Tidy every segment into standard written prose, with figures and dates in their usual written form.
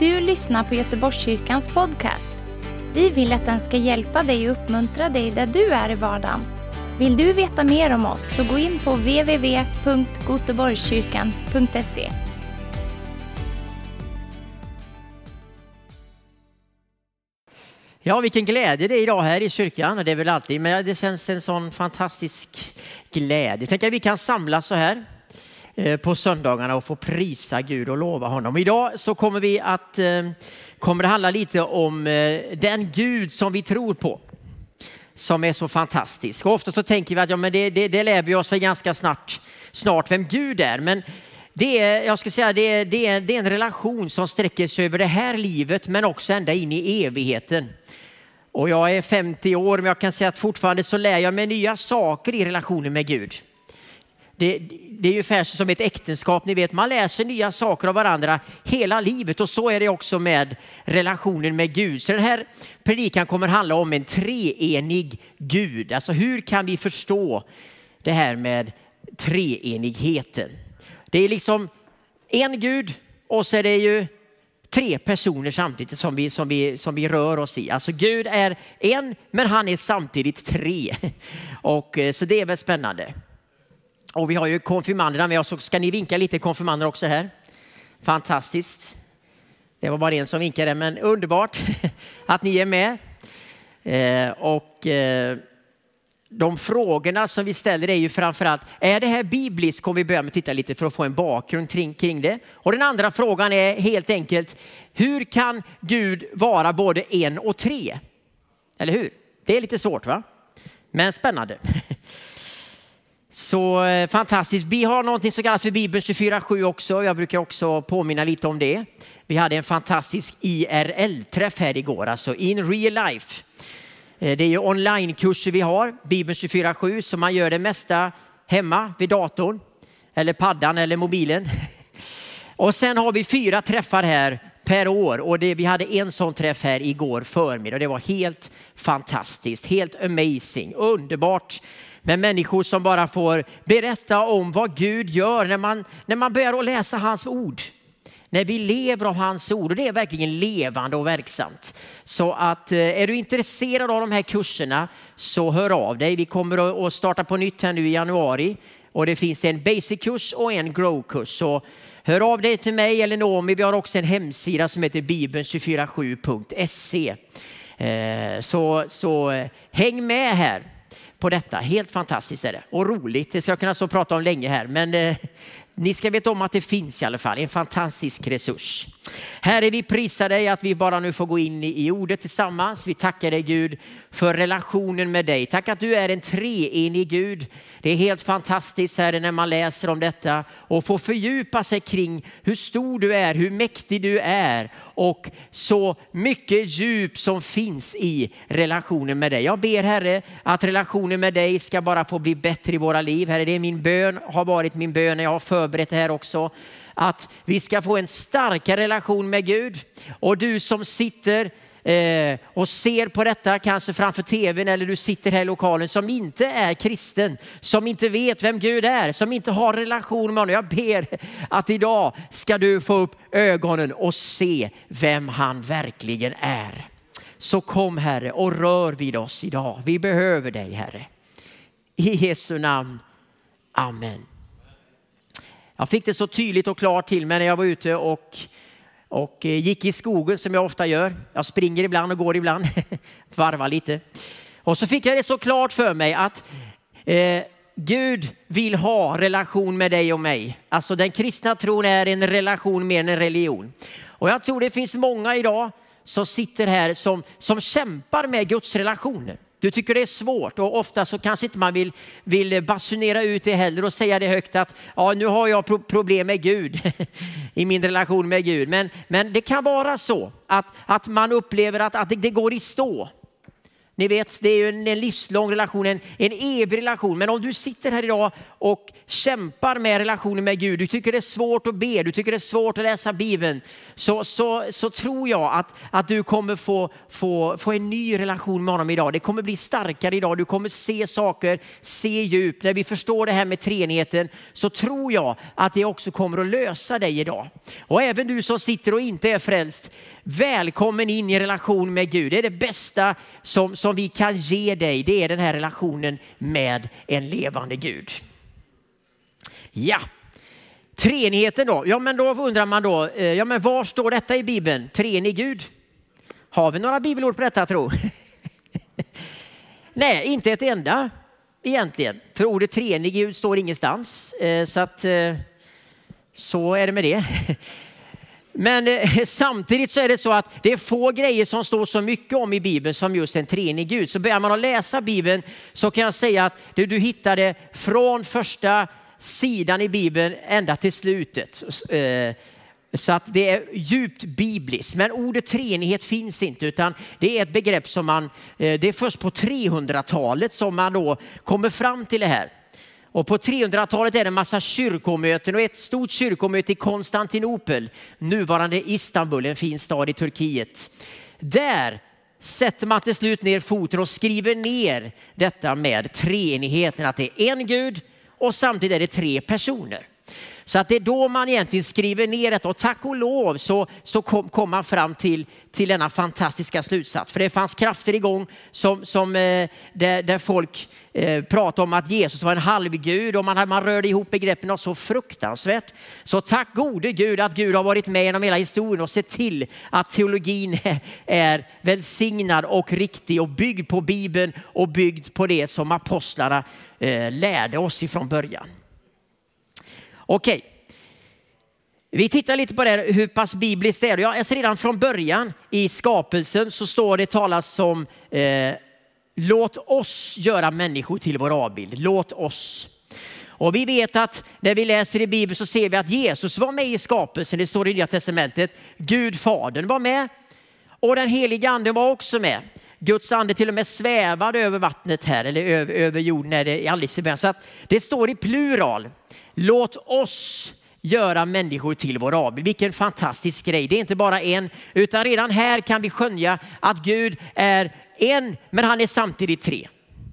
Du lyssnar på Göteborgskyrkans podcast. Vi vill att den ska hjälpa dig och uppmuntra dig där du är i vardagen. Vill du veta mer om oss så gå in på www.goteborgskyrkan.se. Ja, vilken glädje det är idag här i kyrkan. Det är väl alltid, men det känns en sån fantastisk glädje. Tänk att vi kan samlas så här på söndagarna och få prisa Gud och lova honom. Idag så kommer det handla lite om den Gud som vi tror på, som är så fantastisk. Och ofta så tänker vi att det lär vi oss för ganska snart vem Gud är. Men det är en relation som sträcker sig över det här livet men också ända in i evigheten. Och jag är 50 år, men jag kan säga att fortfarande så lär jag mig nya saker i relationen med Gud. Det är ju ungefär som ett äktenskap, ni vet, man lär sig nya saker av varandra hela livet, och så är det också med relationen med Gud. Så den här predikan kommer handla om en treenig Gud. Alltså hur kan vi förstå det här med treenigheten? Det är liksom en Gud och så är det ju tre personer samtidigt som vi rör oss i. Alltså Gud är en, men han är samtidigt tre. Och så det är väl spännande. Och vi har ju konfirmanderna med oss. Ska ni vinka lite konfirmander också här? Fantastiskt. Det var bara en som vinkade, men underbart att ni är med. De frågorna som vi ställer är ju framförallt, är det här bibliskt? Kommer vi börja med att titta lite för att få en bakgrund kring det. Och den andra frågan är helt enkelt, hur kan Gud vara både en och tre? Eller hur? Det är lite svårt, va? Men spännande. Så fantastiskt. Vi har någonting som kallas för Bibeln 24/7 också. Jag brukar också påminna lite om det. Vi hade en fantastisk IRL-träff här igår, alltså in real life. Det är ju onlinekurser vi har, Bibeln 24/7, så man gör det mesta hemma vid datorn eller paddan eller mobilen. Och sen har vi 4 träffar här per år, och vi hade en sån träff här igår förmiddag. Det var helt fantastiskt, helt amazing, underbart. Med människor som bara får berätta om vad Gud gör när man börjar att läsa hans ord. När vi lever av hans ord, och det är verkligen levande och verksamt. Så att är du intresserad av de här kurserna så hör av dig. Vi kommer att starta på nytt här nu i januari. Och det finns en basic-kurs och en grow-kurs. Så hör av dig till mig eller Naomi. Vi har också en hemsida som heter bibeln247.se. Så häng med här på detta. Helt fantastiskt är det. Och roligt. Det ska jag kunna så prata om länge här. Men ni ska veta om att det finns i alla fall en fantastisk resurs. Herre, vi prisar dig att vi bara nu får gå in i ordet tillsammans. Vi tackar dig Gud för relationen med dig. Tack att du är en treenig Gud. Det är helt fantastiskt Herre när man läser om detta och får fördjupa sig kring hur stor du är, hur mäktig du är och så mycket djup som finns i relationen med dig. Jag ber Herre att relationen med dig ska bara få bli bättre i våra liv. Herre, det är min bön, har varit min bön när jag har förberett det här också. Att vi ska få en starkare relation med Gud. Och du som sitter och ser på detta kanske framför tvn, eller du sitter här i lokalen som inte är kristen, som inte vet vem Gud är, som inte har relation med honom. Jag ber att idag ska du få upp ögonen och se vem han verkligen är. Så kom Herre och rör vid oss idag. Vi behöver dig Herre. I Jesu namn. Amen. Jag fick det så tydligt och klart till mig när jag var ute och gick i skogen som jag ofta gör. Jag springer ibland och går ibland. Varvar lite. Och så fick jag det så klart för mig att Gud vill ha relation med dig och mig. Alltså den kristna tron är en relation mer än en religion. Och jag tror det finns många idag som sitter här som kämpar med Guds relationer. Du tycker det är svårt, och ofta så kanske inte man vill basunera ut det heller och säga det högt att ja, nu har jag problem med Gud i min relation med Gud. Men det kan vara så att man upplever att det går i stå. Ni vet, det är ju en livslång relation, en evig relation. Men om du sitter här idag och kämpar med relationen med Gud, du tycker det är svårt att be, du tycker det är svårt att läsa Bibeln, så tror jag att du kommer få en ny relation med honom idag. Det kommer bli starkare idag, du kommer se saker, se djup. När vi förstår det här med treenigheten så tror jag att det också kommer att lösa dig idag. Och även du som sitter och inte är frälst, välkommen in i relation med Gud. Det är det bästa som vi kan ge dig. Det är den här relationen med en levande Gud. Ja, treenigheten då. Ja, men då undrar man då, ja men var står detta i Bibeln? Treenig Gud? Har vi några bibelord på detta, tro? Nej, inte ett enda egentligen. För ordet treenig Gud står ingenstans. Så att så är det med det. Men samtidigt så är det så att det är få grejer som står så mycket om i Bibeln som just en treenig Gud. Så börjar man att läsa Bibeln så kan jag säga att du hittar det från första sidan i Bibeln ända till slutet. Så att det är djupt bibliskt. Men ordet treenighet finns inte, utan det är ett begrepp som det är först på 300-talet som man då kommer fram till det här. Och på 300-talet är det en massa kyrkomöten och ett stort kyrkomöte i Konstantinopel, nuvarande Istanbul, en fin stad i Turkiet. Där sätter man till slut ner foten och skriver ner detta med treenigheten, att det är en Gud och samtidigt är det tre personer. Så att det är då man egentligen skriver ner detta, och tack och lov så kom man fram till denna fantastiska slutsats. För det fanns krafter igång där folk pratade om att Jesus var en halvgud, och man rörde ihop begreppen något så fruktansvärt. Så tack gode Gud att Gud har varit med genom hela historien och sett till att teologin är välsignad och riktig och byggd på Bibeln och byggd på det som apostlarna lärde oss ifrån början. Okej, vi tittar lite på det, hur pass bibliskt det är. Jag ser redan från början i skapelsen så står det talas om låt oss göra människor till vår avbild. Låt oss. Och vi vet att när vi läser i Bibeln så ser vi att Jesus var med i skapelsen. Det står i Nya testamentet. Gud fadern var med och den heliga anden var också med. Guds ande till och med svävade över vattnet här, eller över jorden är det alldeles i början. Så att det står i plural. Låt oss göra människor till vår avbild. Vilken fantastisk grej. Det är inte bara en, utan redan här kan vi skönja att Gud är en, men han är samtidigt tre.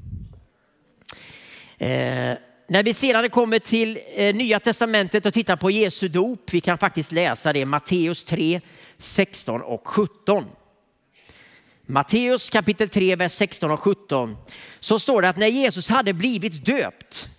När vi sedan kommer till Nya testamentet och tittar på Jesu dop, vi kan faktiskt läsa det, Matteus 3, 16 och 17. Matteus kapitel 3, vers 16 och 17. Så står det att när Jesus hade blivit döpt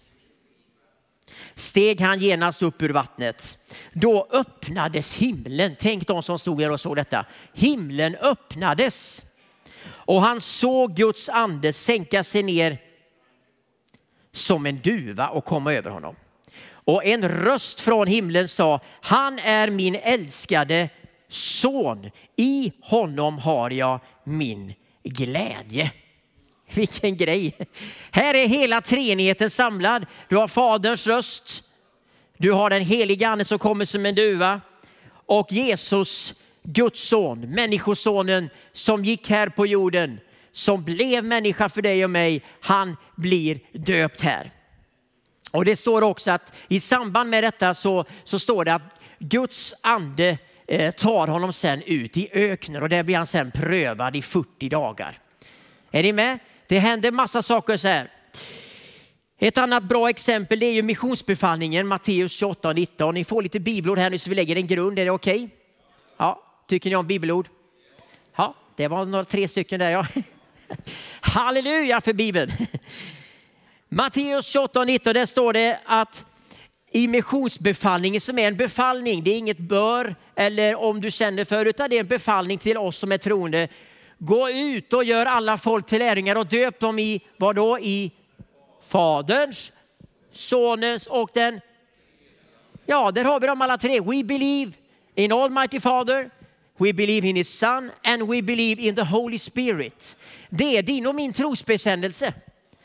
steg han genast upp ur vattnet. Då öppnades himlen. Tänk de som stod här och såg detta. Himlen öppnades. Och han såg Guds ande sänka sig ner som en duva och komma över honom. Och en röst från himlen sa: han är min älskade son. I honom har jag min glädje. Vilken grej. Här är hela treenigheten samlad. Du har faderns röst. Du har den heliga ande som kommer som en duva. Och Jesus, Guds son, människosonen som gick här på jorden. Som blev människa för dig och mig. Han blir döpt här. Och det står också att i samband med detta så står det att Guds ande tar honom sen ut i öknen. Och där blir han sen prövad i 40 dagar. Är ni med? Det händer massa saker så här. Ett annat bra exempel är ju missionsbefallningen, Matteus 28 och 19. Ni får lite bibelord här nu så vi lägger en grund. Är det okej? Ja, tycker ni om bibelord? Ja, det var 3 stycken där, ja. Halleluja för Bibeln. Matteus 28 och 19, där står det att i missionsbefallningen, som är en befallning, det är inget bör eller om du känner för, utan det är en befallning till oss som är troende. Gå ut och gör alla folk till lärjungar och döp dem i, vad då? I Faderns, Sonens och den. Ja, där har vi dem alla tre. We believe in Almighty Father. We believe in his Son and we believe in the Holy Spirit. Det är din och min trosbekännelse.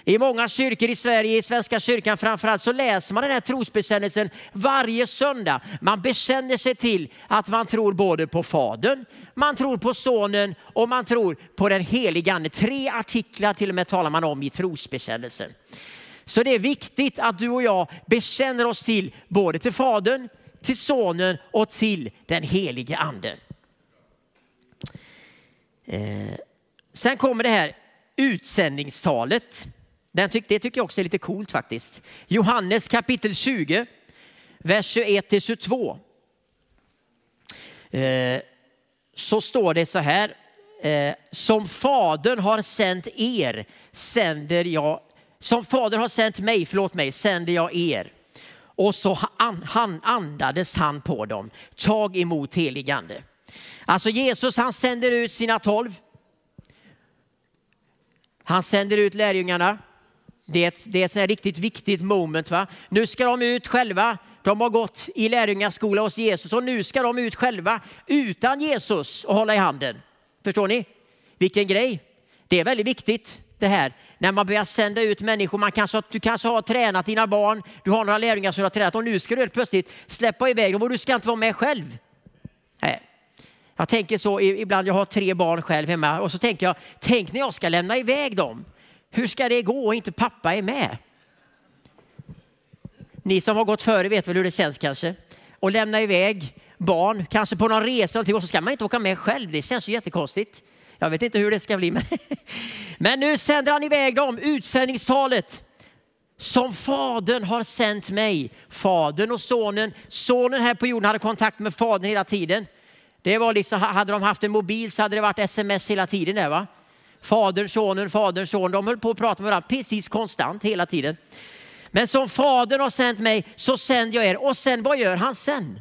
I många kyrkor i Sverige, i Svenska kyrkan framförallt, så läser man den här trosbekännelsen varje söndag. Man bekänner sig till att man tror både på Fadern, man tror på Sonen och man tror på den heliga Ande. 3 artiklar till och med talar man om i trosbekännelsen. Så det är viktigt att du och jag bekänner oss till både till Fadern, till Sonen och till den heliga Anden. Sen kommer det här utsändningstalet. Det tycker jag också är lite coolt faktiskt. Johannes kapitel 20, vers 21-22. Så står det så här. Som Fadern har sänt er sänder jag. Som Fadern har sänt mig, sänder jag er. Och så andades han på dem. Tag emot helig ande. Alltså Jesus, han sänder ut sina 12. Han sänder ut lärjungarna. Det är ett riktigt viktigt moment, va? Nu ska de ut själva. De har gått i lärjungaskola hos Jesus och nu ska de ut själva utan Jesus och hålla i handen. Förstår ni? Vilken grej. Det är väldigt viktigt det här. När man börjar sända ut människor. Du kanske har tränat dina barn. Du har några lärjungar som har tränat. Och nu ska du helt plötsligt släppa iväg dem och du ska inte vara med själv. Nej. Jag tänker så ibland, jag har 3 barn själv hemma. Och så tänker jag, tänk när jag ska lämna iväg dem. Hur ska det gå och inte pappa är med? Ni som har gått före vet väl hur det känns kanske. Och lämna iväg barn, kanske på någon resa och så ska man inte åka med själv. Det känns ju jättekonstigt. Jag vet inte hur det ska bli. Men nu sänder han iväg dem, utsändningstalet. Som Fadern har sänt mig. Fadern och Sonen. Sonen här på jorden hade kontakt med Fadern hela tiden. Det var liksom, hade de haft en mobil så hade det varit sms hela tiden där, va? Fadern, Sonen. De höll på att prata med varandra precis konstant hela tiden. Men som Fadern har sänt mig så sänder jag er. Och sen, vad gör han sen?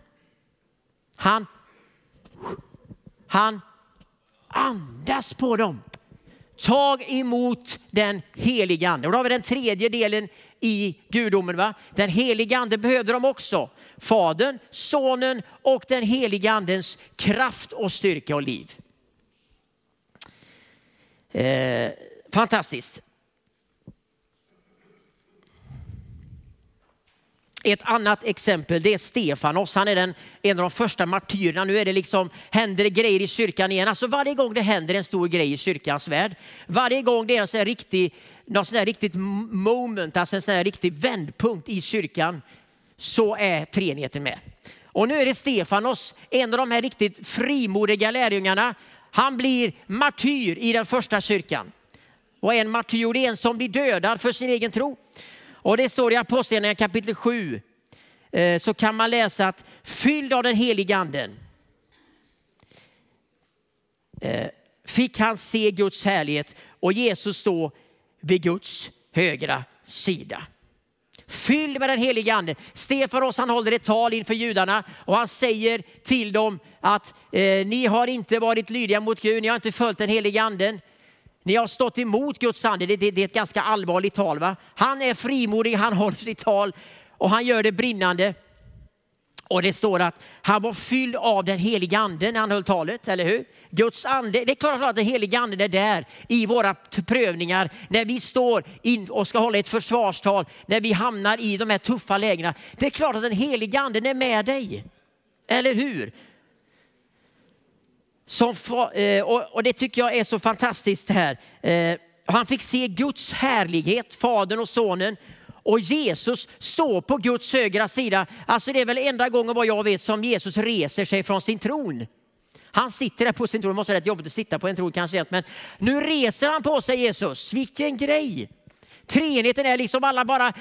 Han andas på dem. Tag emot den heliga ande. Och då har vi den tredje delen i gudomen, va? Den heliga ande behövde de också. Fadern, Sonen och den heliga andens kraft och styrka och liv. Fantastiskt. Ett annat exempel, det är Stefanos. Han är en av de första martyrerna. Nu är det liksom, händer det grejer i kyrkan igen. Alltså varje gång det händer en stor grej i kyrkans värld. Varje gång det är någon sån här riktigt moment, alltså en sån här riktig vändpunkt i kyrkan, så är treenigheten med. Och nu är det Stefanos, en av de här riktigt frimodiga lärjungarna. Han blir martyr i den första kyrkan. Och en martyr är en som blir dödad för sin egen tro. Och det står i Apostlagärningarna kapitel 7. Så kan man läsa att fylld av den heliga anden fick han se Guds härlighet och Jesus stå vid Guds högra sida. Fylld med den heliga anden. Stefanos, han håller ett tal inför judarna och han säger till dem att ni har inte varit lydiga mot Gud, ni har inte följt den heliga anden. Ni har stått emot Guds ande. Det är ett ganska allvarligt tal, va? Han är frimodig, han håller sitt tal och han gör det brinnande. Och det står att han var fylld av den heliga anden när han höll talet, eller hur? Guds ande, det är klart att den heliga anden är där i våra prövningar. När vi står in och ska hålla ett försvarstal, när vi hamnar i de här tuffa lägena. Det är klart att den heliga anden är med dig, eller hur? Och det tycker jag är så fantastiskt här. Han fick se Guds härlighet, Fadern och Sonen. Och Jesus står på Guds högra sida. Alltså det är väl enda gången vad jag vet som Jesus reser sig från sin tron. Han sitter där på sin tron. Det måste vara rätt jobbigt att sitta på en tron kanske. Men nu reser han på sig, Jesus. Vilken grej. Treenigheten är liksom alla bara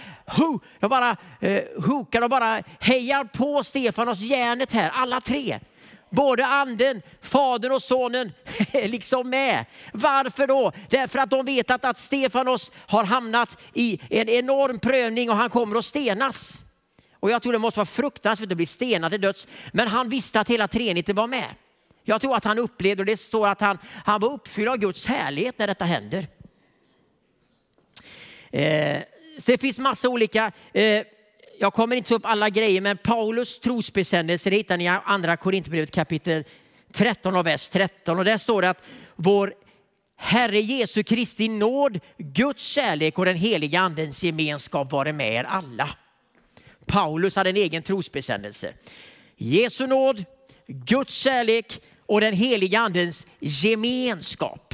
hukar och bara hejar på Stefanos järnet här. Alla tre. Både anden, Fadern och Sonen är liksom med. Varför då? Därför att de vet att Stefanos har hamnat i en enorm prövning och han kommer att stenas. Och jag tror det måste vara fruktansvärt att bli stenad till döds. Men han visste att hela treenigheten var med. Jag tror att han upplevde, och det står att han var uppfylld av Guds härlighet när detta händer. Det finns massa olika... Jag kommer inte ta upp alla grejer, men Paulus trosbekännelse, det hittar ni i andra Korinthierbrevet kapitel 13 och vers 13. Och där står det att vår Herre Jesu Kristi nåd, Guds kärlek och den heliga andens gemenskap vare med er alla. Paulus hade en egen trosbekännelse. Jesu nåd, Guds kärlek och den heliga andens gemenskap.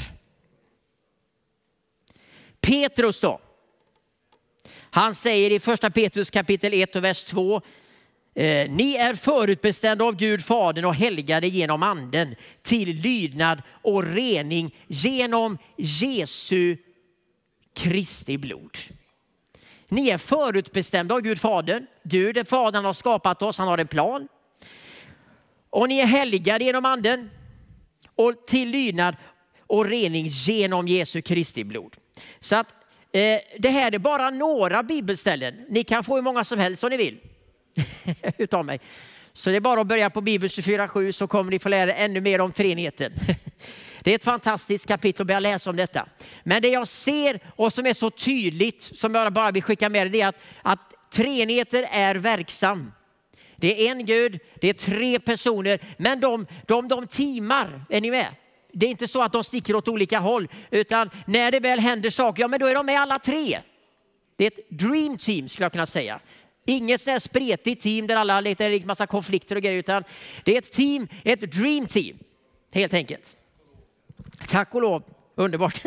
Petrus då. Han säger i första Petrus kapitel 1 och vers 2. Ni är förutbestämda av Gud Fadern och helgade genom anden till lydnad och rening genom Jesu Kristi blod. Ni är förutbestämda av Gud Fadern. Gud är Fadern, har skapat oss, han har en plan. Och ni är helgade genom anden och till lydnad och rening genom Jesu Kristi blod. Så att det här är bara några bibelställen. Ni kan få hur många som helst om ni vill. Utav mig. Så det är bara att börja på Bibeln 24:7 så kommer ni få lära er ännu mer om treenigheten. Det är ett fantastiskt kapitel att börja läsa om detta. Men det jag ser och som är så tydligt som jag bara vill skicka med det är att treenigheten är verksam. Det är en Gud, det är 3 personer, men de teamar, är ni med? Det är inte så att de sticker åt olika håll, utan när det väl händer saker, ja men då är de med alla 3. Det är ett dream team skulle jag kunna säga. Inget så här spretigt team där alla letar en massa konflikter och grejer, utan det är ett team, ett dream team helt enkelt. Tack och lov, underbart.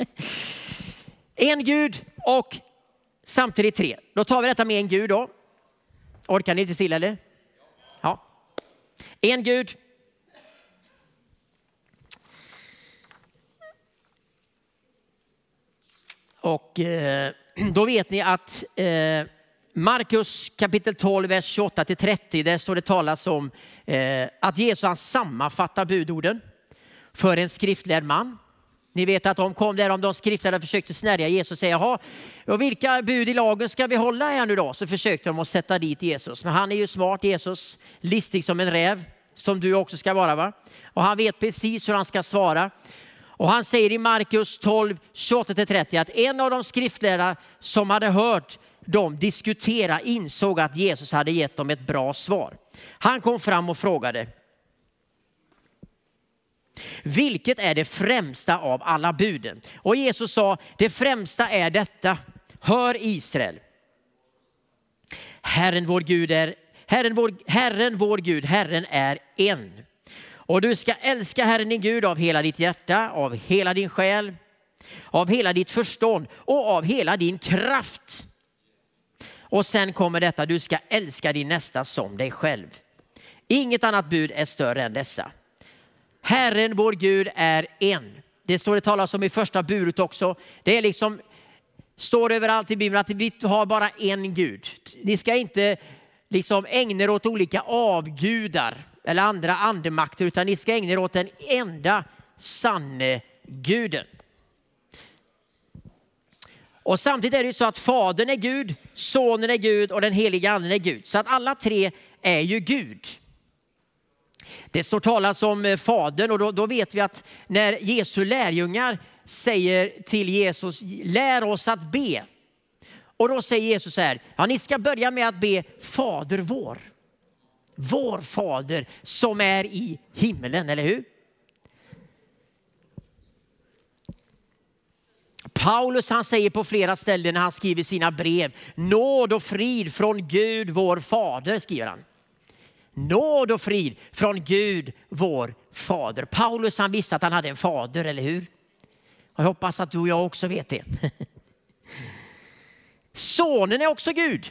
En Gud och samtidigt 3. Då tar vi detta med en Gud då. Orkar ni inte till eller? Ja. En Gud. Och då vet ni att Markus kapitel 12, vers 28-30, där står det talas om att Jesus han sammanfattar budorden för en skriftlärd man. Ni vet att de kom där om de skriftlärda försökte snärja Jesus och säga, jaha, och vilka bud i lagen ska vi hålla här nu då? Så försökte de att sätta dit Jesus. Men han är ju smart, Jesus, listig som en räv, som du också ska vara va? Och han vet precis hur han ska svara. Och han säger i Markus 12, 28-30 att en av de skriftlärda som hade hört dem diskutera insåg att Jesus hade gett dem ett bra svar. Han kom fram och frågade, vilket är det främsta av alla buden? Och Jesus sa, det främsta är detta. Hör Israel. Herren vår Gud, Herren är en. Och du ska älska Herren din Gud av hela ditt hjärta, av hela din själ, av hela ditt förstånd och av hela din kraft. Och sen kommer detta, du ska älska din nästa som dig själv. Inget annat bud är större än dessa. Herren vår Gud är en. Det står det talas om i första budet också. Det är liksom, står överallt i Bibeln att vi har bara en Gud. Ni ska inte liksom ägna er åt olika avgudar eller andra andemakter, utan ni ska ägna er åt den enda sanne Guden. Och samtidigt är det ju så att Fadern är Gud, Sonen är Gud och den heliga anden är Gud. Så att alla 3 är ju Gud. Det står talas om Fadern och då vet vi att när Jesu lärjungar säger till Jesus, lär oss att be. Och då säger Jesus så här, ja ni ska börja med att be Fader vår. Vår Fader som är i himmelen, eller hur? Paulus han säger på flera ställen när han skriver sina brev, nåd och frid från Gud vår Fader, skriver han. Nåd och frid från Gud vår Fader. Paulus han visste att han hade en fader, eller hur? Jag hoppas att du och jag också vet det. Sonen är också Gud.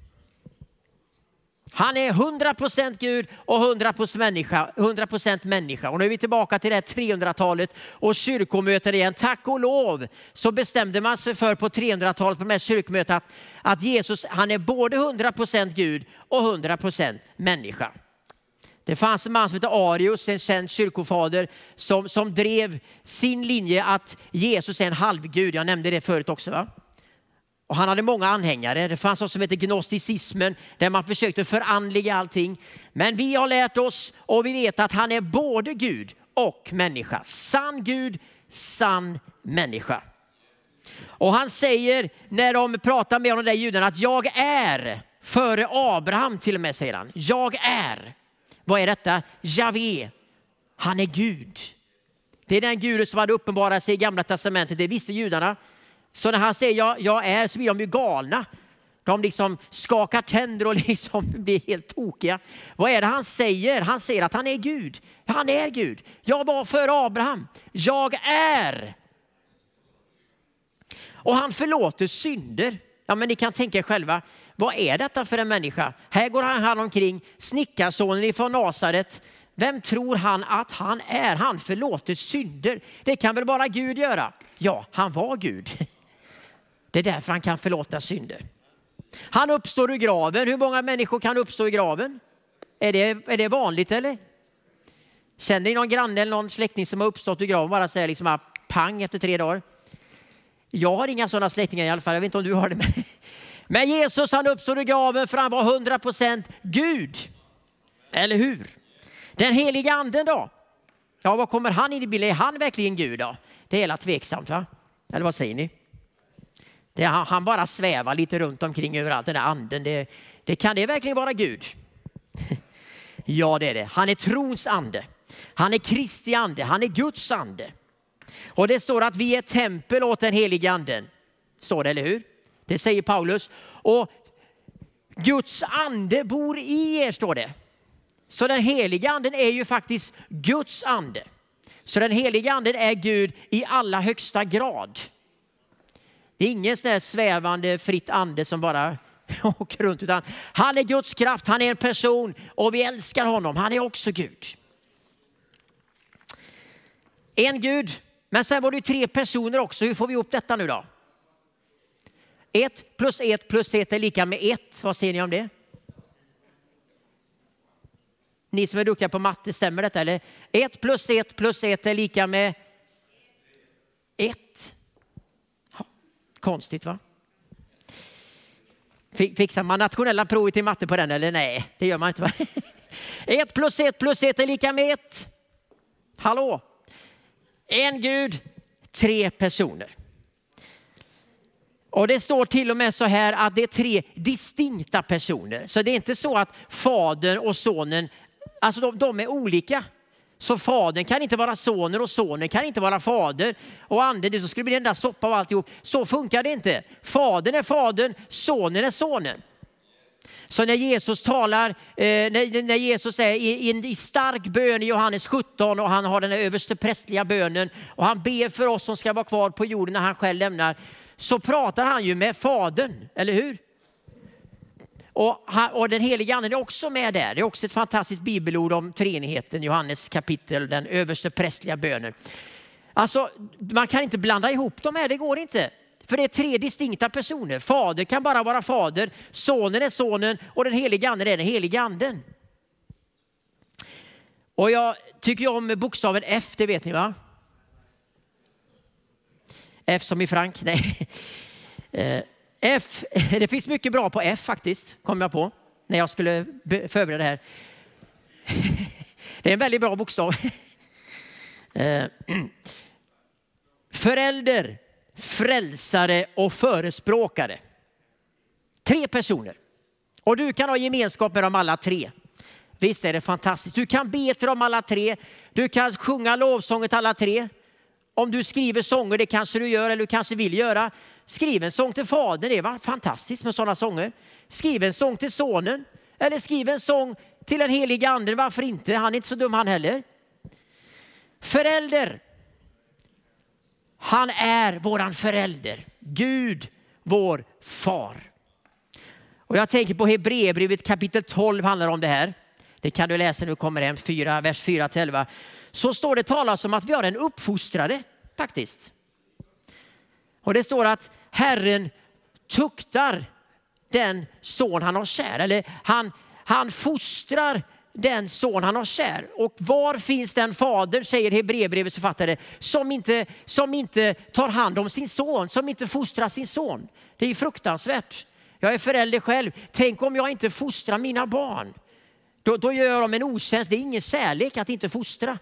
Han är 100% Gud och 100% människa. Och nu är vi tillbaka till det här 300-talet och kyrkomötet igen. Tack och lov så bestämde man sig för på 300-talet på de här kyrkomötet att Jesus han är både 100% Gud och 100% människa. Det fanns en man som heter Arius, en känd kyrkofader som drev sin linje att Jesus är en halvgud. Jag nämnde det förut också va? Och han hade många anhängare. Det fanns något som heter gnosticismen där man försökte förandliga allting. Men vi har lärt oss och vi vet att han är både Gud och människa. Sann Gud, sann människa. Och han säger när de pratar med honom där judarna att jag är före Abraham till och med säger han. Jag är. Vad är detta? Javé. Han är Gud. Det är den Gud som hade uppenbarat sig i Gamla testamentet. Det visste judarna. Så när han säger jag är, så blir de ju galna. De liksom skakar tänder och liksom blir helt tokiga. Vad är det han säger? Han säger att han är Gud. Han är Gud. Jag var före Abraham. Jag är. Och han förlåter synder. Ja, men ni kan tänka er själva. Vad är detta för en människa? Här går han omkring, snickarsonen ifrån Nasaret. Vem tror han att han är? Han förlåter synder. Det kan väl bara Gud göra? Ja, han var Gud. Det är därför han kan förlåta synder. Han uppstår ur graven. Hur många människor kan uppstå i graven? Är det vanligt eller? Känner ni någon granne eller någon släkting som har uppstått ur graven bara säger liksom pang efter 3 dagar? Jag har inga sådana släktingar i alla fall. Jag vet inte om du har det. Men Jesus, han uppstod ur graven för han var 100% Gud. Eller hur? Den heliga anden då? Ja, vad kommer han in i bilden? Är han verkligen Gud då? Det är hela tveksamt, va? Eller vad säger ni? Han bara svävar lite runt omkring överallt, den där anden. Kan det verkligen vara Gud? Ja, det är det. Han är trons ande. Han är Kristi ande. Han är Guds ande. Och det står att vi är tempel åt den heliga anden. Står det, eller hur? Det säger Paulus. Och Guds ande bor i er, står det. Så den heliga anden är ju faktiskt Guds ande. Så den heliga anden är Gud i allra högsta grad. Det är ingen sån här svävande fritt ande som bara åker runt, utan han är Guds kraft, han är en person och vi älskar honom. Han är också Gud. En Gud, men sen var det 3 personer också. Hur får vi ihop detta nu då? 1 plus 1 plus 1 är lika med 1. Vad säger ni om det? Ni som är duktiga på matte, stämmer detta? Eller 1 plus 1 plus 1 är lika med 1. Konstigt, va? Fixar man nationella provet i matte på den eller nej? Det gör man inte, va? 1 plus 1 plus 1 är lika med 1. Hallå? En Gud, 3 personer. Och det står till och med så här att det är 3 distinkta personer. Så det är inte så att fadern och sonen, alltså de är olika. Så fadern kan inte vara sonen och sonen kan inte vara fader. Och anden, det så skulle bli en där soppa och alltihop. Så funkar det inte. Fadern är fadern, sonen är sonen. Så när Jesus talar, när Jesus är i stark bön i Johannes 17 och han har den överste prästliga bönen och han ber för oss som ska vara kvar på jorden när han själv lämnar, så pratar han ju med fadern, eller hur? Och den heliga anden är också med där. Det är också ett fantastiskt bibelord om treenigheten, Johannes kapitel, den överste prästliga bönen. Alltså, man kan inte blanda ihop de här, det går inte. För det är 3 distinkta personer. Fader kan bara vara fader, sonen är sonen och den heliga anden är den heliga anden. Och jag tycker om bokstaven F, det vet ni, va? F som i Frank, nej. F, det finns mycket bra på F faktiskt, kom jag på när jag skulle förbereda det här. Det är en väldigt bra bokstav. Förälder, frälsare och förespråkare. 3 personer. Och du kan ha gemenskap med dem alla 3. Visst är det fantastiskt. Du kan be till dem alla 3. Du kan sjunga lovsånget alla 3. Om du skriver sånger, det kanske du gör eller du kanske vill göra. Skriv en sång till fadern, det var fantastiskt med sådana sånger. Skriv en sång till sonen. Eller skriv en sång till den heliga anden, varför inte? Han är inte så dum han heller. Förälder. Han är våran förälder. Gud, vår far. Och jag tänker på Hebreerbrevet kapitel 12 handlar om det här. Det kan du läsa när du kommer hem, vers 4-11. Så står det talas om att vi har en uppfostrare faktiskt. Och det står att Herren tuktar den son han har kär. Eller han fostrar den son han har kär. Och var finns den fader, säger Hebreerbrevets författare, som inte tar hand om sin son, som inte fostrar sin son. Det är fruktansvärt. Jag är förälder själv. Tänk om jag inte fostrar mina barn. Då gör de en otjänst. Det är ingen kärlek att inte fostra.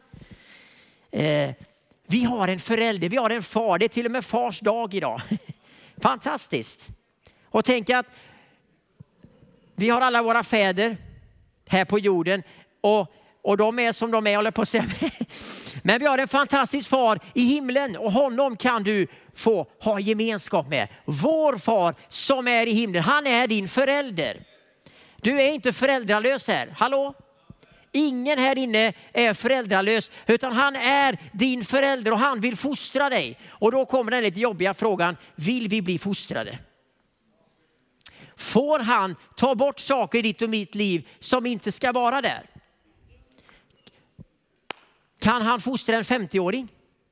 Vi har en förälder, vi har en far. Det är till och med fars dag idag. Fantastiskt. Och tänk att vi har alla våra fäder här på jorden. Och Och de är som de är, håller på att säga. Men vi har en fantastisk far i himlen och honom kan du få ha gemenskap med. Vår far som är i himlen, han är din förälder. Du är inte föräldralös här. Hallå? Ingen här inne är föräldralös, utan han är din förälder och han vill fostra dig. Och då kommer den lite jobbiga frågan, vill vi bli fostrade? Får han ta bort saker i ditt och mitt liv som inte ska vara där? Kan han fostra en 50-åring?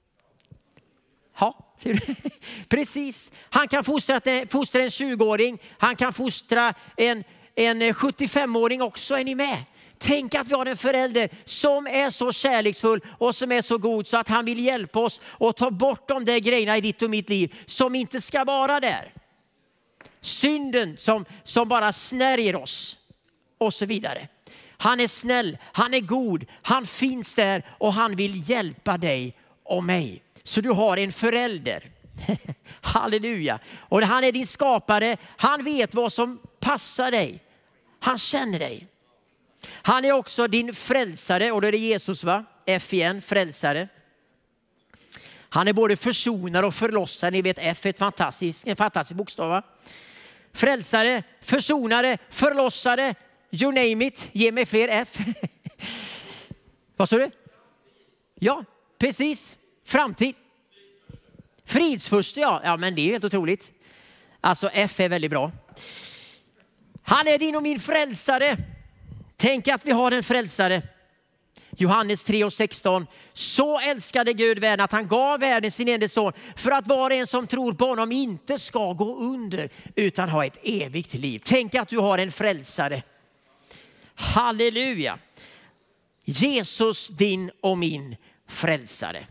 Ja, ser du? Precis. Han kan fostra en 20-åring. Han kan fostra en 75-åring också. Är ni med? Tänk att vi har en förälder som är så kärleksfull och som är så god så att han vill hjälpa oss och ta bort de där grejerna i ditt och mitt liv som inte ska vara där. Synden som bara snärjer oss och så vidare. Han är snäll, han är god, han finns där och han vill hjälpa dig och mig. Så du har en förälder. Halleluja. Och han är din skapare, han vet vad som passar dig. Han känner dig. Han är också din frälsare och då är det Jesus, va? F igen, frälsare. Han är både försonare och förlossare. Ni vet F är en fantastisk bokstav, va? Frälsare, försonare, förlossare. You name it. Ge mig fler F. Vad sa du? Ja, precis. Framtid. Fridsfurste, ja. Ja, men det är helt otroligt. Alltså F är väldigt bra. Han är din och min frälsare. Tänk att vi har en frälsare. Johannes 3:16. Så älskade Gud världen att han gav världen sin enda son för att var och en som tror på honom inte ska gå under utan ha ett evigt liv. Tänk att du har en frälsare. Halleluja. Jesus, din och min frälsare.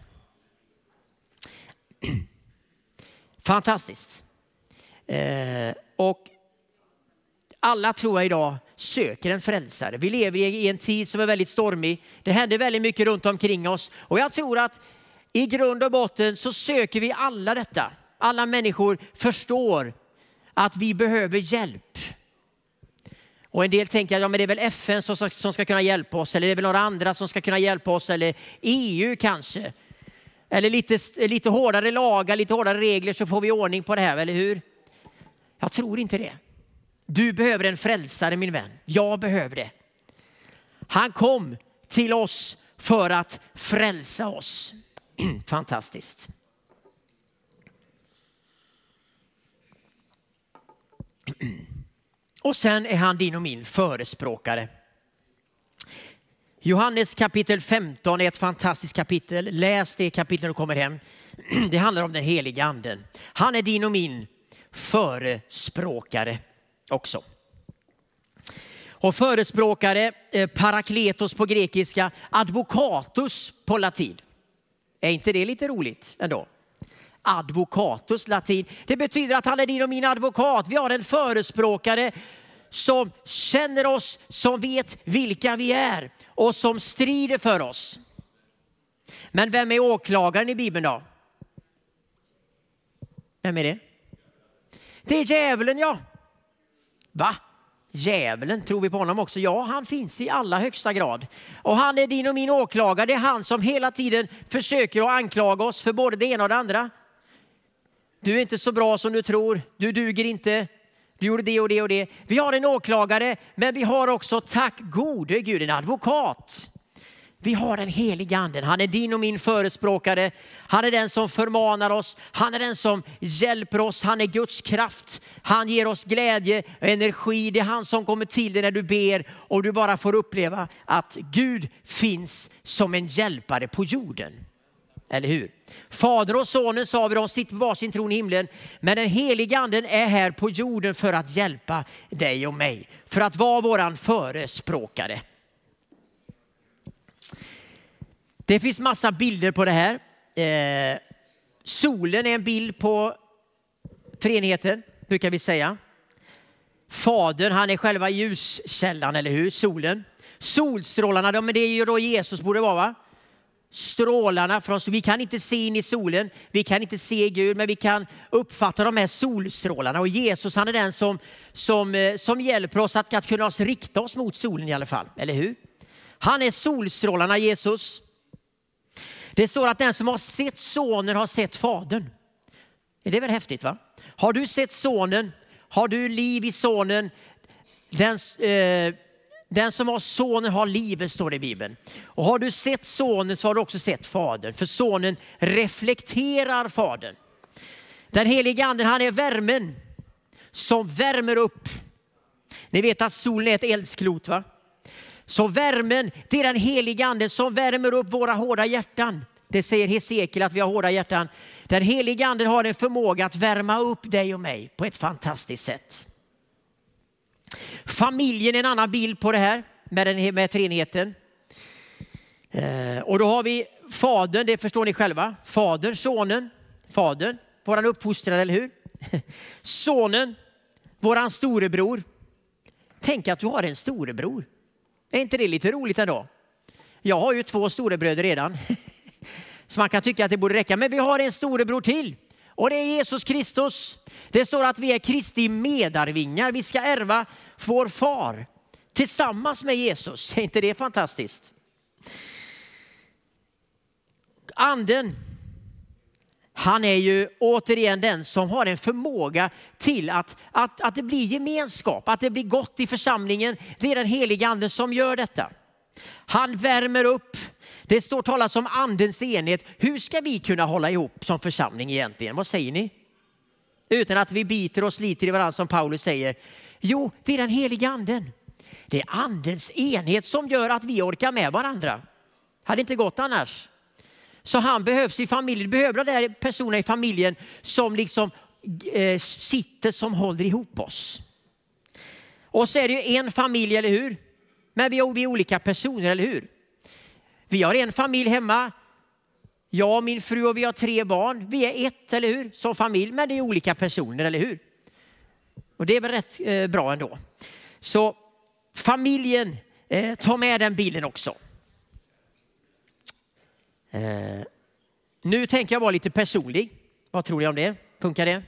Fantastiskt. Och alla tror jag idag söker en frälsare. Vi lever i en tid som är väldigt stormig. Det händer väldigt mycket runt omkring oss. Och jag tror att i grund och botten så söker vi alla detta. Alla människor förstår att vi behöver hjälp. Och en del tänker att ja, men det är väl FN som ska kunna hjälpa oss. Eller det är väl några andra som ska kunna hjälpa oss. Eller EU kanske. Eller lite hårdare lagar, lite hårdare regler så får vi ordning på det här, eller hur? Jag tror inte det. Du behöver en frälsare, min vän. Jag behöver det. Han kom till oss för att frälsa oss. Fantastiskt. Och sen är han din och min förespråkare. Johannes kapitel 15 är ett fantastiskt kapitel. Läs det kapitlet när du kommer hem. Det handlar om den heliga anden. Han är din och min förespråkare också. Och förespråkare, parakletos på grekiska, advokatus på latin. Är inte det lite roligt ändå? Advokatus latin. Det betyder att han är din och min advokat. Vi har en förespråkare som känner oss, som vet vilka vi är och som strider för oss. Men vem är åklagaren i Bibeln då? Vem är det? Det är djävulen, ja. Va? Djävulen, tror vi på honom också? Ja, han finns i allra högsta grad. Och han är din och min åklagare. Det är han som hela tiden försöker att anklaga oss för både det ena och det andra. Du är inte så bra som du tror. Du duger inte. Du gjorde det och det och det. Vi har en åklagare, men vi har också, tack gode Gud, en advokat. Vi har den heliga anden. Han är din och min förespråkare. Han är den som förmanar oss. Han är den som hjälper oss. Han är Guds kraft. Han ger oss glädje och energi. Det är han som kommer till dig när du ber och du bara får uppleva att Gud finns som en hjälpare på jorden. Eller hur? Fader och sonen, sa vi, de sitter på varsin tron i himlen. Men den heliga anden är här på jorden för att hjälpa dig och mig. För att vara våran förespråkare. Det finns massa bilder på det här. Solen är en bild på treenigheten, brukar vi säga. Fadern, han är själva ljuskällan, eller hur? Solen. Solstrålarna, men det är ju då Jesus borde vara, va? Strålarna från, så vi kan inte se in i solen, vi kan inte se Gud, men vi kan uppfatta de här solstrålarna. Och Jesus, han är den som hjälper oss att kunna rikta oss mot solen i alla fall, eller hur? Han är solstrålarna Jesus. Det står att den som har sett sonen har sett fadern. Är det väl häftigt, va? Har du sett sonen? Har du liv i sonen? Den som har sonen har livet, står det i Bibeln. Och har du sett sonen så har du också sett fadern. För sonen reflekterar fadern. Den heliga anden, han är värmen som värmer upp. Ni vet att solen är ett eldsklot, va? Så värmen, det är den heliga anden som värmer upp våra hårda hjärtan. Det säger Hesekiel att vi har hårda hjärtan. Den heliga anden har en förmåga att värma upp dig och mig på ett fantastiskt sätt. Familjen är en annan bild på det här med treenigheten. Och då har vi fadern, det förstår ni själva. Fadern, sonen, fadern, våran uppfostrare, eller hur? Sonen, våran storebror. Tänk att du har en storebror. Är inte det lite roligt ändå? Jag har ju 2 storebröder redan. Så man kan tycka att det borde räcka. Men vi har en storebror till. Och det är Jesus Kristus. Det står att vi är Kristi medarvingar. Vi ska ärva vår far tillsammans med Jesus. Är inte det fantastiskt? Anden, han är ju återigen den som har en förmåga till att det blir gemenskap, att det blir gott i församlingen. Det är den heliga anden som gör detta. Han värmer upp. Det står talat om andens enhet. Hur ska vi kunna hålla ihop som församling egentligen? Vad säger ni? Utan att vi biter och sliter i varandra som Paulus säger. Jo, det är den heliga anden. Det är andens enhet som gör att vi orkar med varandra. Hade inte gått annars. Så han behövs i familjen. Vi behöver de där personerna i familjen som liksom sitter, som håller ihop oss. Och så är det ju en familj, eller hur? Men vi är olika personer, eller hur? Vi har en familj hemma. Jag och min fru och vi har 3 barn. Vi är ett, eller hur? Som familj, men det är olika personer, eller hur? Och det är väl rätt bra ändå. Så familjen, ta med den bilden också. Nu tänker jag vara lite personlig. Vad tror ni om det? Funkar det?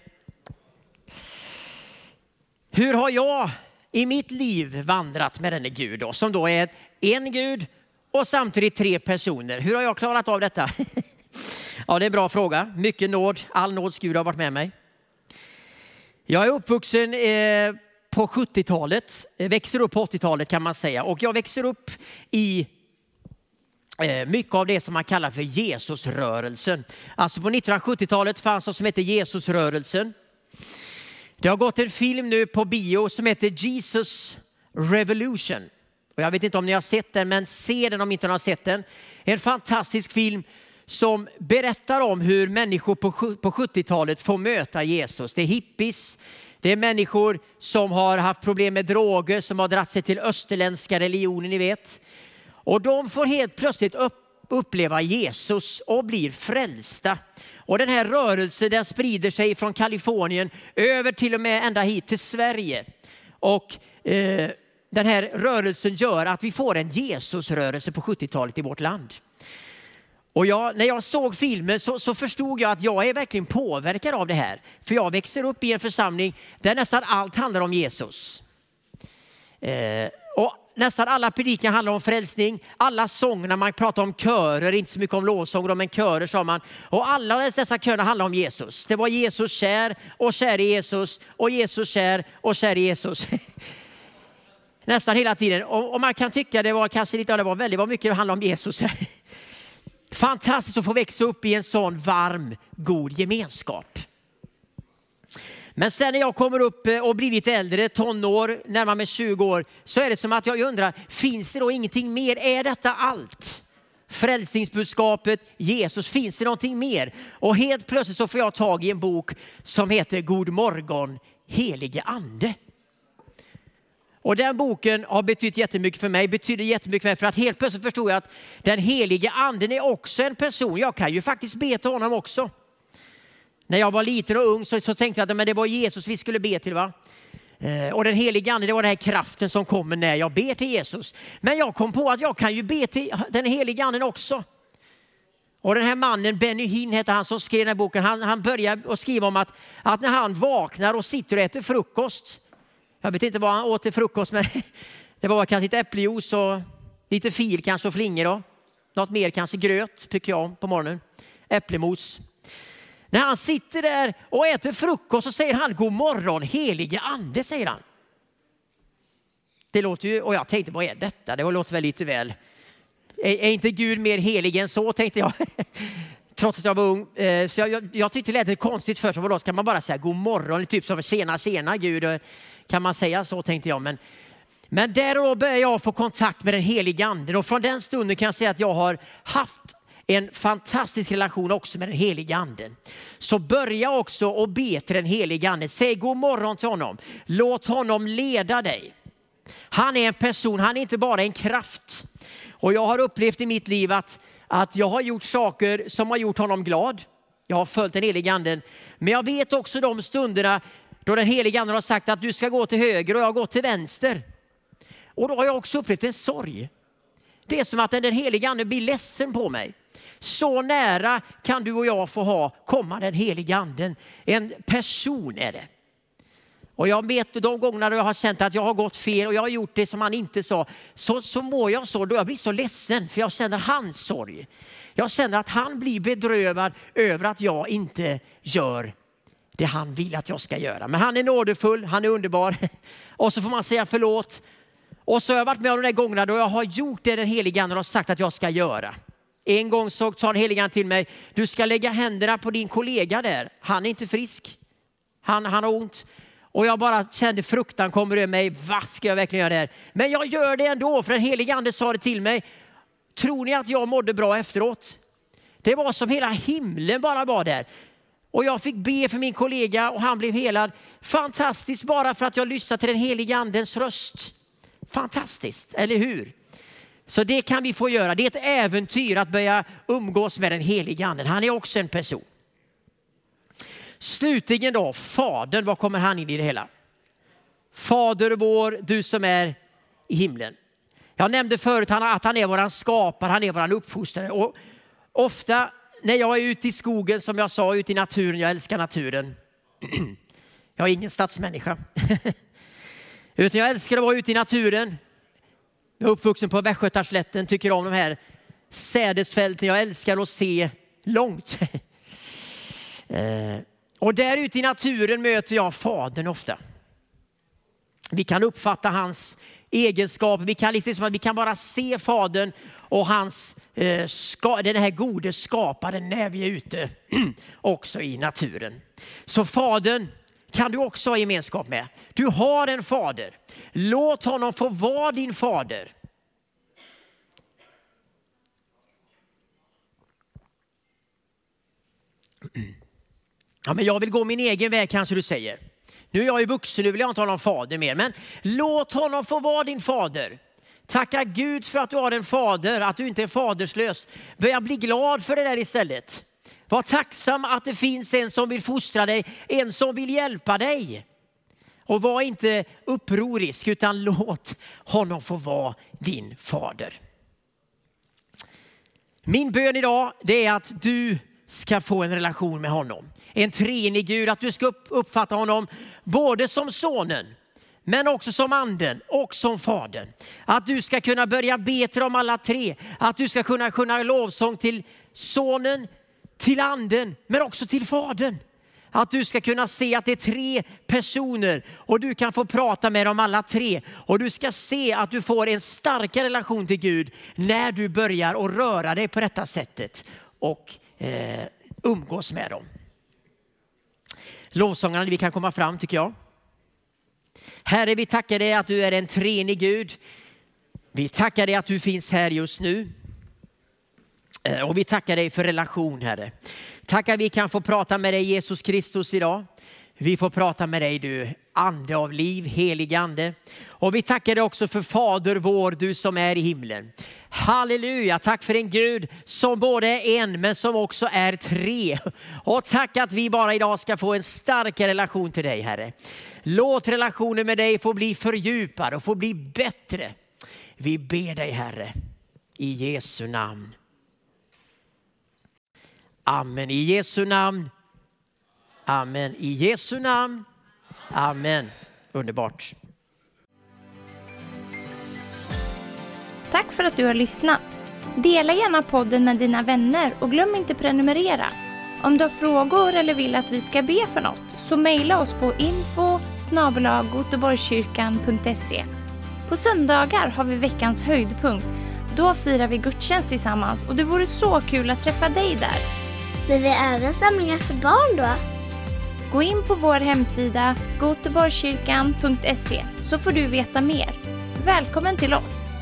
Hur har jag i mitt liv vandrat med denne Gud då? Som då är en Gud och samtidigt 3 personer. Hur har jag klarat av detta? Ja, det är en bra fråga. Mycket nåd. All nåds Gud har varit med mig. Jag är uppvuxen på 70-talet. Växer upp på 80-talet kan man säga. Och jag växer upp i mycket av det som man kallar för Jesusrörelsen. Alltså på 1970-talet fanns det som heter Jesusrörelsen. Det har gått en film nu på bio som heter Jesus Revolution. Och jag vet inte om ni har sett den, men se den om inte ni har sett den. En fantastisk film som berättar om hur människor på 70-talet får möta Jesus. Det är hippies, det är människor som har haft problem med droger, som har dratt sig till österländska religioner, ni vet. Och de får helt plötsligt uppleva Jesus och blir frälsta. Och den här rörelsen, den sprider sig från Kalifornien över till och med ända hit till Sverige. Och den här rörelsen gör att vi får en Jesusrörelse på 70-talet i vårt land. Och när jag såg filmen så förstod jag att jag är verkligen påverkad av det här. För jag växer upp i en församling där nästan allt handlar om Jesus. Och nästan alla predikan handlar om frälsning. Alla sånger, när man pratar om körer, inte så mycket om lovsånger, men körer sa man. Och alla dessa körer handlar om Jesus. Det var Jesus kär och kär i Jesus och Jesus kär och kär i Jesus. Nästan hela tiden. Och man kan tycka det var kanske lite, det var väldigt mycket det handlar om Jesus här. Fantastiskt att få växa upp i en sån varm, god gemenskap. Men sen när jag kommer upp och blir lite äldre, tonår, närmare med 20 år, så är det som att jag undrar, finns det då ingenting mer? Är detta allt? Frälsningsbudskapet, Jesus, finns det någonting mer? Och helt plötsligt så får jag tag i en bok som heter God morgon, helige ande. Och den boken har betytt jättemycket för mig, betyder jättemycket för mig, för att helt plötsligt förstod jag att den helige anden är också en person. Jag kan ju faktiskt be till honom också. När jag var liten och ung så tänkte jag att det var Jesus vi skulle be till, va? Och den helige anden, det var den här kraften som kommer när jag ber till Jesus. Men jag kom på att jag kan ju be till den helige anden också. Och den här mannen, Benny Hinn heter han som skrev den här boken. Han började att skriva om att när han vaknar och sitter och äter frukost. Jag vet inte vad han åt till frukost, men det var kanske ett äppeljuice och Lite fil kanske och flingor då. Något mer kanske gröt tycker jag på morgonen. Äpplemos. När han sitter där och äter frukost så säger han god morgon helige ande, säger han. Det låter ju, och jag tänkte vad är detta? Det låter väl lite väl. Är inte Gud mer helig än så, tänkte jag. Trots att jag var ung. Så jag tyckte det lät lite konstigt först. Då kan man bara säga god morgon, typ som tjena Gud. Kan man säga så, tänkte jag. Men där och då började jag få kontakt med den helige anden. Och från den stunden kan jag säga att jag har haft en fantastisk relation också med den helige anden. Så börja också att be till den helige anden. Säg god morgon till honom. Låt honom leda dig. Han är en person, han är inte bara en kraft. Och jag har upplevt i mitt liv att jag har gjort saker som har gjort honom glad. Jag har följt den helige anden. Men jag vet också de stunderna då den helige anden har sagt att du ska gå till höger och jag har gått till vänster. Och då har jag också upplevt en sorg. Det är som att den helige anden blir ledsen på mig. Så nära kan du och jag få komma den helige anden. En person är det. Och jag vet de gångerna då jag har känt att jag har gått fel och jag har gjort det som han inte sa. Så mår jag så, då jag blir så ledsen för jag känner hans sorg. Jag känner att han blir bedrövad över att jag inte gör det han vill att jag ska göra. Men han är nådefull, han är underbar. Och så får man säga förlåt. Och så har jag varit med om de där gångerna då jag har gjort det den helige anden har sagt att jag ska göra. En gång så tar den helige anden till mig, du ska lägga händerna på din kollega där. Han är inte frisk. Han har ont. Och jag bara kände fruktan kommer över mig. Vad ska jag verkligen göra det här? Men jag gör det ändå för den helige ande sa det till mig. Tror ni att jag mådde bra efteråt? Det var som hela himlen bara var där. Och jag fick be för min kollega och han blev helad. Fantastiskt bara för att jag lyssnade till den helige andens röst. Fantastiskt, eller hur? Så det kan vi få göra. Det är ett äventyr att börja umgås med den helige anden. Han är också en person. Slutligen då, Fadern, vad kommer han in i det hela? Fader vår, du som är i himlen. Jag nämnde förut att han är våran skapare, han är våran uppfostrare. Och ofta när jag är ute i skogen, som jag sa, ute i naturen, jag älskar naturen. Jag är ingen stadsmänniska. Utan jag älskar att vara ute i naturen. Jag är uppvuxen på Västgötaslätten, tycker om de här sädesfälten. Jag älskar att se långt. Och där ute i naturen möter jag Fadern ofta. Vi kan uppfatta hans egenskaper. Vi kan bara se Fadern och hans, den här gode skaparen när vi är ute också i naturen. Så Fadern kan du också ha gemenskap med. Du har en fader. Låt honom få vara din fader. Ja, men jag vill gå min egen väg kanske du säger. Nu är jag ju vuxen, nu vill jag inte ha någon fader mer. Men låt honom få vara din fader. Tacka Gud för att du har en fader, att du inte är faderslös. Börja bli glad för det där istället. Var tacksam att det finns en som vill fostra dig, en som vill hjälpa dig. Och var inte upprorisk utan låt honom få vara din fader. Min bön idag det är att du ska få en relation med honom. En treenig Gud, att du ska uppfatta honom både som sonen men också som anden och som fadern. Att du ska kunna börja be till dem alla tre. Att du ska kunna sjunga lovsång till sonen, till anden men också till fadern. Att du ska kunna se att det är tre personer och du kan få prata med dem alla tre. Och du ska se att du får en starkare relation till Gud när du börjar att röra dig på detta sättet och umgås med dem. Lovsångarna, vi kan komma fram tycker jag. Herre, vi tackar dig att du är en treenig Gud. Vi tackar dig att du finns här just nu. Och vi tackar dig för relation, Herre. Tackar vi kan få prata med dig Jesus Kristus idag. Vi får prata med dig du ande av liv, helig ande. Och vi tackar dig också för Fader vår, du som är i himlen. Halleluja, tack för en Gud som både är en men som också är tre. Och tack att vi bara idag ska få en starkare relation till dig, Herre. Låt relationen med dig få bli fördjupad och få bli bättre. Vi ber dig, Herre, i Jesu namn. Amen. I Jesu namn. Amen. I Jesu namn. Amen. Underbart. Tack för att du har lyssnat. Dela gärna podden med dina vänner och glöm inte prenumerera. Om du har frågor eller vill att vi ska be för något så mejla oss på info@goteborgskyrkan.se. På söndagar har vi veckans höjdpunkt. Då firar vi gudstjänst tillsammans och det vore så kul att träffa dig där. Men vi har även samlingar för barn då? Gå in på vår hemsida goteborgskyrkan.se så får du veta mer. Välkommen till oss!